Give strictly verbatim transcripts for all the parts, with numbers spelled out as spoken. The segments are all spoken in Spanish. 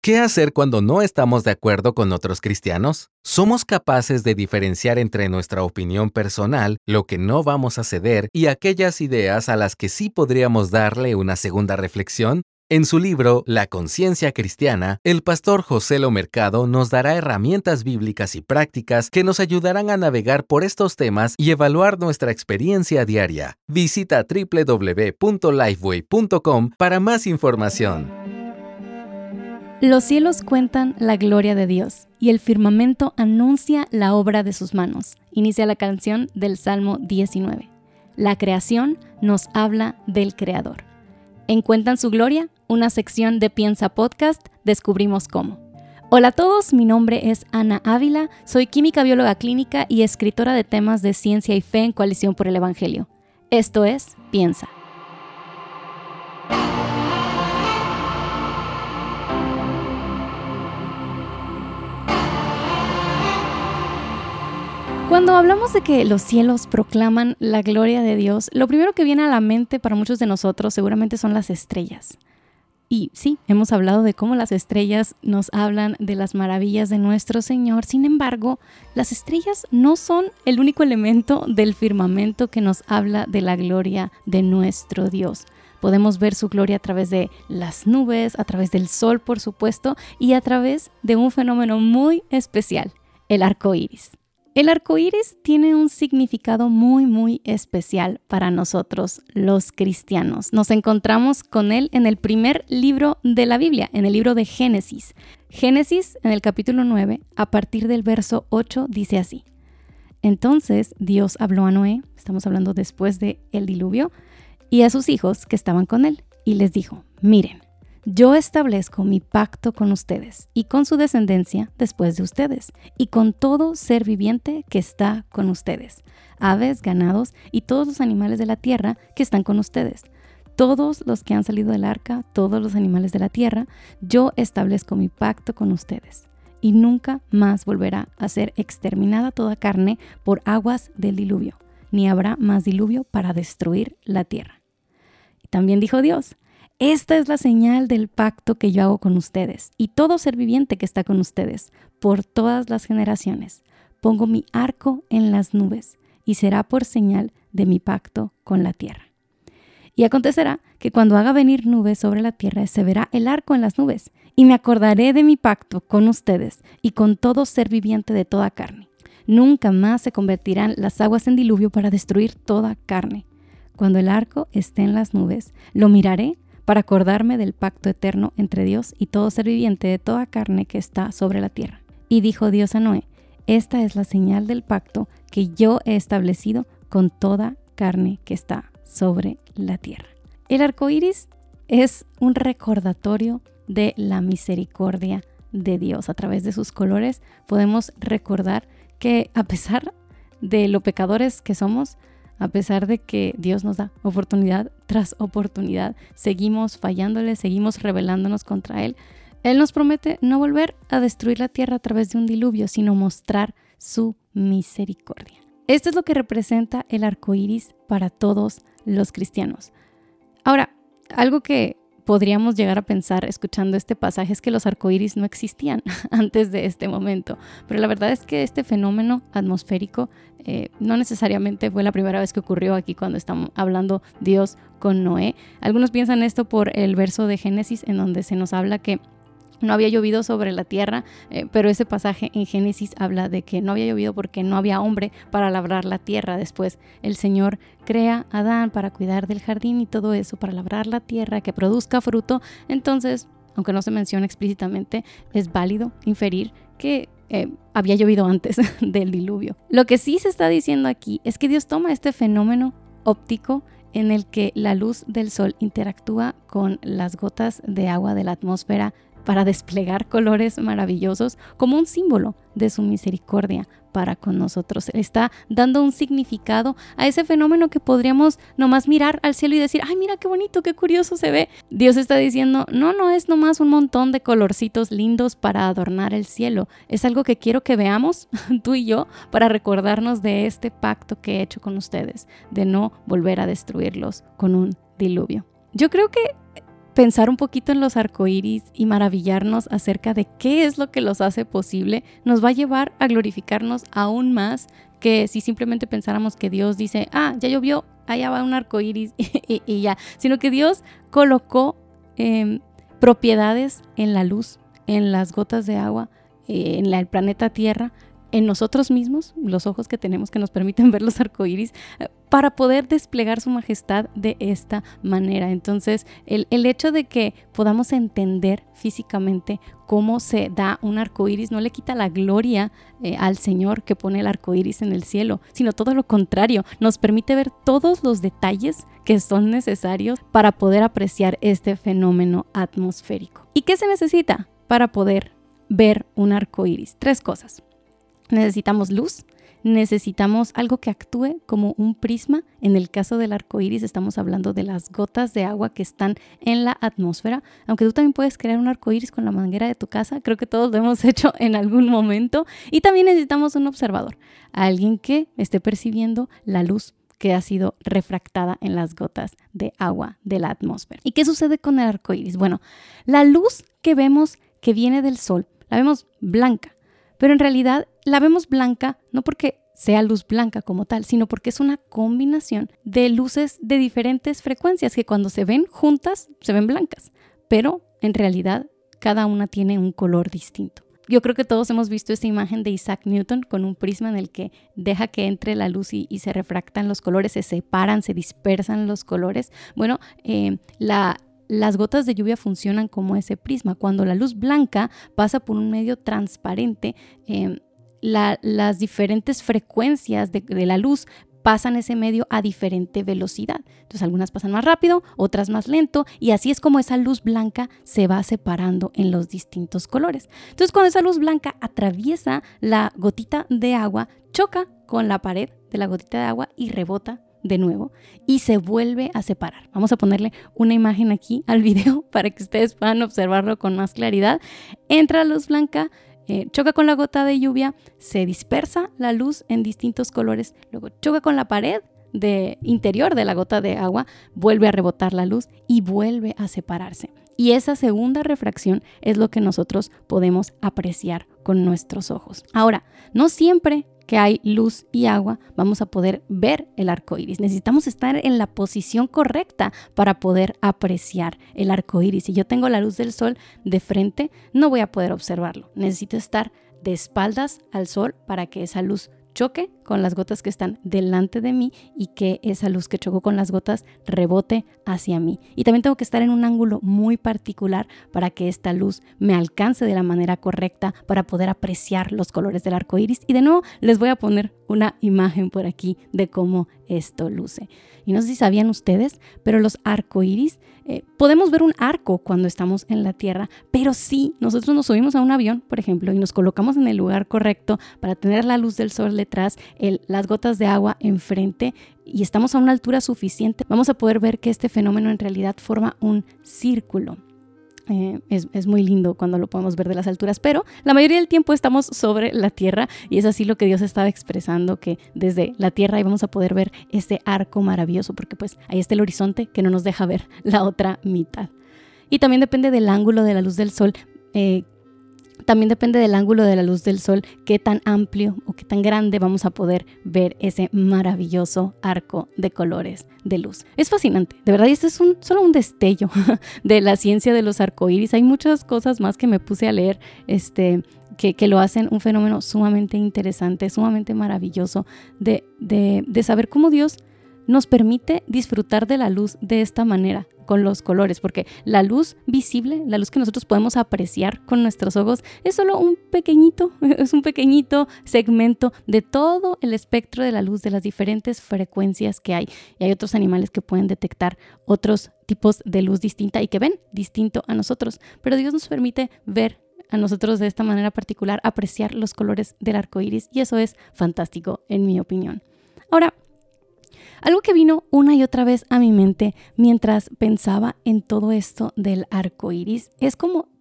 ¿Qué hacer cuando no estamos de acuerdo con otros cristianos? ¿Somos capaces de diferenciar entre nuestra opinión personal, lo que no vamos a ceder, y aquellas ideas a las que sí podríamos darle una segunda reflexión? En su libro La conciencia cristiana, el pastor José Lo Mercado nos dará herramientas bíblicas y prácticas que nos ayudarán a navegar por estos temas y evaluar nuestra experiencia diaria. Visita doble u doble u doble u punto lifeway punto com para más información. Los cielos cuentan la gloria de Dios y el firmamento anuncia la obra de sus manos. Inicia la canción del Salmo diecinueve. La creación nos habla del Creador. En Cuentan su Gloria, una sección de Piensa Podcast, descubrimos cómo. Hola a todos, mi nombre es Ana Ávila, soy química bióloga clínica y escritora de temas de ciencia y fe en Coalición por el Evangelio. Esto es Piensa. Cuando hablamos de que los cielos proclaman la gloria de Dios, lo primero que viene a la mente para muchos de nosotros seguramente son las estrellas. Y sí, hemos hablado de cómo las estrellas nos hablan de las maravillas de nuestro Señor. Sin embargo, las estrellas no son el único elemento del firmamento que nos habla de la gloria de nuestro Dios. Podemos ver su gloria a través de las nubes, a través del sol, por supuesto, y a través de un fenómeno muy especial, el arco iris. El arco iris tiene un significado muy, muy especial para nosotros, los cristianos. Nos encontramos con él en el primer libro de la Biblia, en el libro de Génesis. Génesis, en el capítulo nueve, a partir del verso ocho, dice así. Entonces Dios habló a Noé, estamos hablando después del diluvio, y a sus hijos que estaban con él, y les dijo, miren, yo establezco mi pacto con ustedes y con su descendencia después de ustedes y con todo ser viviente que está con ustedes, aves, ganados y todos los animales de la tierra que están con ustedes. Todos los que han salido del arca, todos los animales de la tierra, yo establezco mi pacto con ustedes y nunca más volverá a ser exterminada toda carne por aguas del diluvio, ni habrá más diluvio para destruir la tierra. Y también dijo Dios, esta es la señal del pacto que yo hago con ustedes y todo ser viviente que está con ustedes por todas las generaciones. Pongo mi arco en las nubes y será por señal de mi pacto con la tierra. Y acontecerá que cuando haga venir nubes sobre la tierra se verá el arco en las nubes y me acordaré de mi pacto con ustedes y con todo ser viviente de toda carne. Nunca más se convertirán las aguas en diluvio para destruir toda carne. Cuando el arco esté en las nubes, lo miraré para acordarme del pacto eterno entre Dios y todo ser viviente de toda carne que está sobre la tierra. Y dijo Dios a Noé, esta es la señal del pacto que yo he establecido con toda carne que está sobre la tierra. El arco iris es un recordatorio de la misericordia de Dios. A través de sus colores podemos recordar que a pesar de lo pecadores que somos, a pesar de que Dios nos da oportunidad tras oportunidad, seguimos fallándole, seguimos rebelándonos contra Él. Él nos promete no volver a destruir la tierra a través de un diluvio, sino mostrar su misericordia. Esto es lo que representa el arco iris para todos los cristianos. Ahora, algo que podríamos llegar a pensar escuchando este pasaje es que los arcoíris no existían antes de este momento, pero la verdad es que este fenómeno atmosférico eh, no necesariamente fue la primera vez que ocurrió aquí cuando estamos hablando Dios con Noé. Algunos piensan esto por el verso de Génesis en donde se nos habla que no había llovido sobre la tierra, eh, pero ese pasaje en Génesis habla de que no había llovido porque no había hombre para labrar la tierra. Después el Señor crea a Adán para cuidar del jardín y todo eso, para labrar la tierra, que produzca fruto. Entonces, aunque no se menciona explícitamente, es válido inferir que eh, había llovido antes del diluvio. Lo que sí se está diciendo aquí es que Dios toma este fenómeno óptico en el que la luz del sol interactúa con las gotas de agua de la atmósfera para desplegar colores maravillosos como un símbolo de su misericordia para con nosotros. Está dando un significado a ese fenómeno que podríamos nomás mirar al cielo y decir, ay, mira qué bonito, qué curioso se ve. Dios está diciendo, no, no es nomás un montón de colorcitos lindos para adornar el cielo. Es algo que quiero que veamos, tú y yo, para recordarnos de este pacto que he hecho con ustedes, de no volver a destruirlos con un diluvio. Yo creo que pensar un poquito en los arcoíris y maravillarnos acerca de qué es lo que los hace posible, nos va a llevar a glorificarnos aún más que si simplemente pensáramos que Dios dice, ah, ya llovió, allá va un arcoíris y, y ya, sino que Dios colocó eh, propiedades en la luz, en las gotas de agua, eh, en la, el planeta Tierra, en nosotros mismos, los ojos que tenemos que nos permiten ver los arcoíris, eh, para poder desplegar su majestad de esta manera. Entonces, el, el hecho de que podamos entender físicamente cómo se da un arcoíris no le quita la gloria eh, al Señor que pone el arcoíris en el cielo, sino todo lo contrario, nos permite ver todos los detalles que son necesarios para poder apreciar este fenómeno atmosférico. ¿Y qué se necesita para poder ver un arcoíris? Tres cosas. Necesitamos luz, necesitamos algo que actúe como un prisma. En el caso del arco iris estamos hablando de las gotas de agua que están en la atmósfera. Aunque tú también puedes crear un arco iris con la manguera de tu casa, creo que todos lo hemos hecho en algún momento. Y también necesitamos un observador, alguien que esté percibiendo la luz que ha sido refractada en las gotas de agua de la atmósfera. ¿Y qué sucede con el arco iris? Bueno, la luz que vemos que viene del sol, la vemos blanca, pero en realidad la vemos blanca no porque sea luz blanca como tal, sino porque es una combinación de luces de diferentes frecuencias que cuando se ven juntas se ven blancas, pero en realidad cada una tiene un color distinto. Yo creo que todos hemos visto esta imagen de Isaac Newton con un prisma en el que deja que entre la luz y, y se refractan los colores, se separan, se dispersan los colores. Bueno, eh, la, las gotas de lluvia funcionan como ese prisma. Cuando la luz blanca pasa por un medio transparente, eh, la, las diferentes frecuencias de, de la luz pasan ese medio a diferente velocidad. Entonces algunas pasan más rápido, otras más lento, y así es como esa luz blanca se va separando en los distintos colores. Entonces cuando esa luz blanca atraviesa la gotita de agua, choca con la pared de la gotita de agua y rebota de nuevo y se vuelve a separar. Vamos a ponerle una imagen aquí al video para que ustedes puedan observarlo con más claridad. Entra la luz blanca, Eh, choca con la gota de lluvia, se dispersa la luz en distintos colores, luego choca con la pared de interior de la gota de agua, vuelve a rebotar la luz y vuelve a separarse. Y esa segunda refracción es lo que nosotros podemos apreciar con nuestros ojos. Ahora, no siempre que hay luz y agua vamos a poder ver el arco iris. Necesitamos estar en la posición correcta para poder apreciar el arco iris. Si yo tengo la luz del sol de frente, no voy a poder observarlo. Necesito estar de espaldas al sol para que esa luz choque con las gotas que están delante de mí y que esa luz que chocó con las gotas rebote hacia mí. Y también tengo que estar en un ángulo muy particular para que esta luz me alcance de la manera correcta para poder apreciar los colores del arco iris. Y de nuevo les voy a poner una imagen por aquí de cómo esto luce. Y no sé si sabían ustedes, pero los arcoíris, eh, podemos ver un arco cuando estamos en la Tierra, pero si nosotros nos subimos a un avión, por ejemplo, y nos colocamos en el lugar correcto para tener la luz del sol detrás, el, las gotas de agua enfrente, y estamos a una altura suficiente, vamos a poder ver que este fenómeno en realidad forma un círculo. Eh, es, es muy lindo cuando lo podemos ver de las alturas, pero la mayoría del tiempo estamos sobre la tierra y es así lo que Dios estaba expresando, que desde la tierra ahí vamos a poder ver este arco maravilloso, porque pues ahí está el horizonte que no nos deja ver la otra mitad. Y también depende del ángulo de la luz del sol, eh, También depende del ángulo de la luz del sol, qué tan amplio o qué tan grande vamos a poder ver ese maravilloso arco de colores de luz. Es fascinante, de verdad, y este es un, solo un destello de la ciencia de los arcoíris. Hay muchas cosas más que me puse a leer este, que, que lo hacen un fenómeno sumamente interesante, sumamente maravilloso de, de, de saber cómo Dios nos permite disfrutar de la luz de esta manera, con los colores, porque la luz visible, la luz que nosotros podemos apreciar con nuestros ojos, es solo un pequeñito, es un pequeñito segmento de todo el espectro de la luz, de las diferentes frecuencias que hay. Y hay otros animales que pueden detectar otros tipos de luz distinta y que ven distinto a nosotros, pero Dios nos permite ver a nosotros de esta manera particular, apreciar los colores del arco iris, y eso es fantástico en mi opinión. Ahora, algo que vino una y otra vez a mi mente mientras pensaba en todo esto del arco iris es como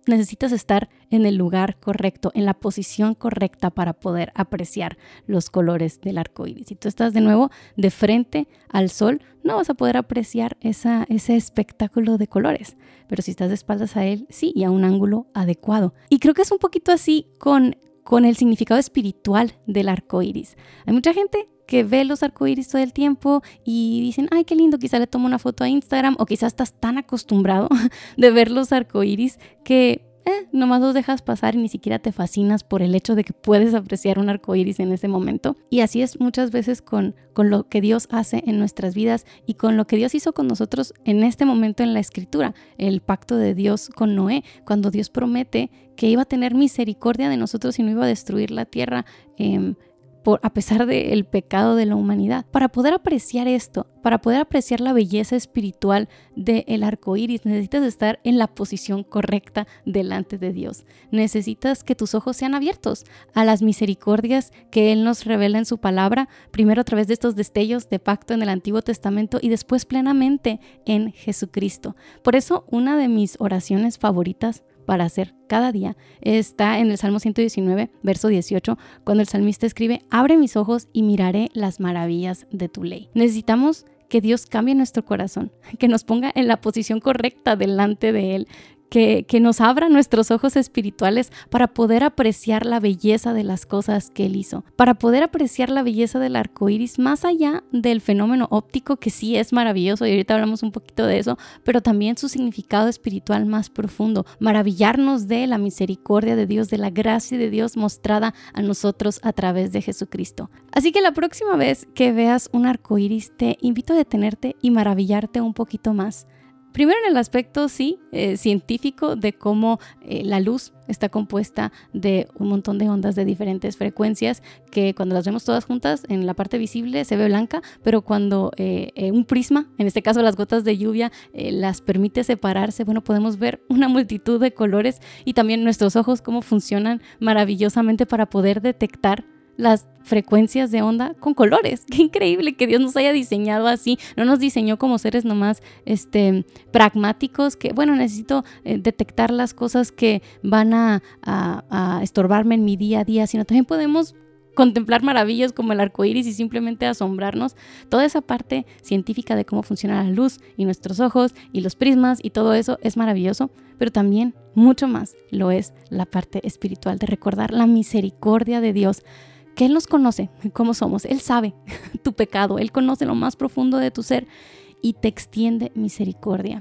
necesitas estar en el lugar correcto, en la posición correcta para poder apreciar los colores del arco iris. Si tú estás de nuevo de frente al sol, no vas a poder apreciar esa, ese espectáculo de colores. Pero si estás de espaldas a él, sí, y a un ángulo adecuado. Y creo que es un poquito así con, con el significado espiritual del arco iris. Hay mucha gente que ve los arcoíris todo el tiempo y dicen, ay, qué lindo, quizá le tomo una foto a Instagram, o quizás estás tan acostumbrado de ver los arcoíris que eh, nomás los dejas pasar y ni siquiera te fascinas por el hecho de que puedes apreciar un arcoíris en ese momento. Y así es muchas veces con, con lo que Dios hace en nuestras vidas y con lo que Dios hizo con nosotros en este momento en la Escritura, el pacto de Dios con Noé, cuando Dios promete que iba a tener misericordia de nosotros y no iba a destruir la tierra, eh, Por, a pesar del pecado de la humanidad. Para poder apreciar esto, para poder apreciar la belleza espiritual del arco iris, necesitas estar en la posición correcta delante de Dios. Necesitas que tus ojos sean abiertos a las misericordias que Él nos revela en su palabra, primero a través de estos destellos de pacto en el Antiguo Testamento y después plenamente en Jesucristo. Por eso, una de mis oraciones favoritas para hacer cada día está en el Salmo ciento diecinueve, verso dieciocho, cuando el salmista escribe, abre mis ojos y miraré las maravillas de tu ley. Necesitamos que Dios cambie nuestro corazón, que nos ponga en la posición correcta delante de Él, que, que nos abra nuestros ojos espirituales para poder apreciar la belleza de las cosas que Él hizo, para poder apreciar la belleza del arco iris más allá del fenómeno óptico, que sí es maravilloso y ahorita hablamos un poquito de eso, pero también su significado espiritual más profundo, maravillarnos de la misericordia de Dios, de la gracia de Dios mostrada a nosotros a través de Jesucristo. Así que la próxima vez que veas un arco iris, te invito a detenerte y maravillarte un poquito más. Primero en el aspecto, sí, eh, científico de cómo eh, la luz está compuesta de un montón de ondas de diferentes frecuencias que cuando las vemos todas juntas en la parte visible se ve blanca, pero cuando eh, eh, un prisma, en este caso las gotas de lluvia, eh, las permite separarse, bueno, podemos ver una multitud de colores y también nuestros ojos cómo funcionan maravillosamente para poder detectar las frecuencias de onda con colores. Qué increíble que Dios nos haya diseñado así. No nos diseñó como seres nomás este, pragmáticos, que bueno, necesito eh, detectar las cosas que van a, a, a estorbarme en mi día a día, sino también podemos contemplar maravillas como el arco iris y simplemente asombrarnos. Toda esa parte científica de cómo funciona la luz y nuestros ojos y los prismas y todo eso es maravilloso, pero también mucho más lo es la parte espiritual de recordar la misericordia de Dios, que Él nos conoce cómo somos, Él sabe tu pecado, Él conoce lo más profundo de tu ser y te extiende misericordia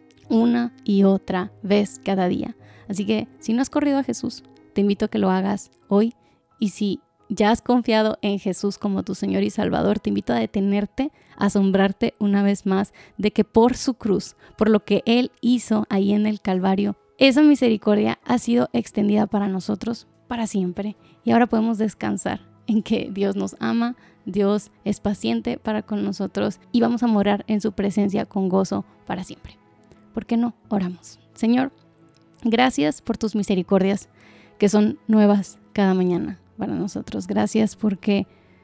una y otra vez cada día. Así que si no has corrido a Jesús, te invito a que lo hagas hoy, y si ya has confiado en Jesús como tu Señor y Salvador, te invito a detenerte, a asombrarte una vez más de que por su cruz, por lo que Él hizo ahí en el Calvario, esa misericordia ha sido extendida para nosotros para siempre. Y ahora podemos descansar en que Dios nos ama, Dios es paciente para con nosotros y vamos a morar en su presencia con gozo para siempre. ¿Por qué no? Oramos. Señor, gracias por tus misericordias que son nuevas cada mañana para nosotros. Gracias porque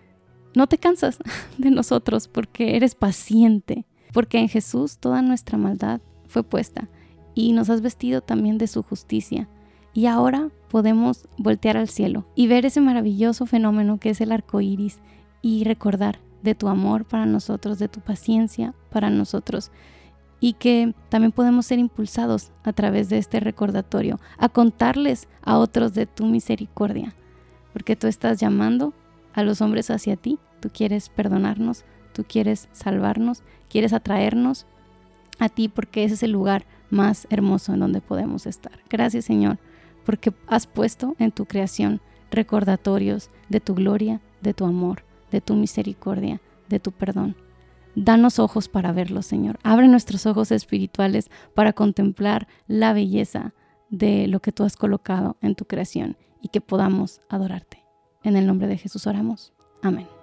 no te cansas de nosotros, porque eres paciente, porque en Jesús toda nuestra maldad fue puesta y nos has vestido también de su justicia. Y ahora podemos voltear al cielo y ver ese maravilloso fenómeno que es el arco iris y recordar de tu amor para nosotros, de tu paciencia para nosotros, y que también podemos ser impulsados a través de este recordatorio a contarles a otros de tu misericordia, porque tú estás llamando a los hombres hacia ti, tú quieres perdonarnos, tú quieres salvarnos, quieres atraernos a ti, porque ese es el lugar más hermoso en donde podemos estar. Gracias, Señor, porque has puesto en tu creación recordatorios de tu gloria, de tu amor, de tu misericordia, de tu perdón. Danos ojos para verlo, Señor. Abre nuestros ojos espirituales para contemplar la belleza de lo que tú has colocado en tu creación y que podamos adorarte. En el nombre de Jesús oramos. Amén.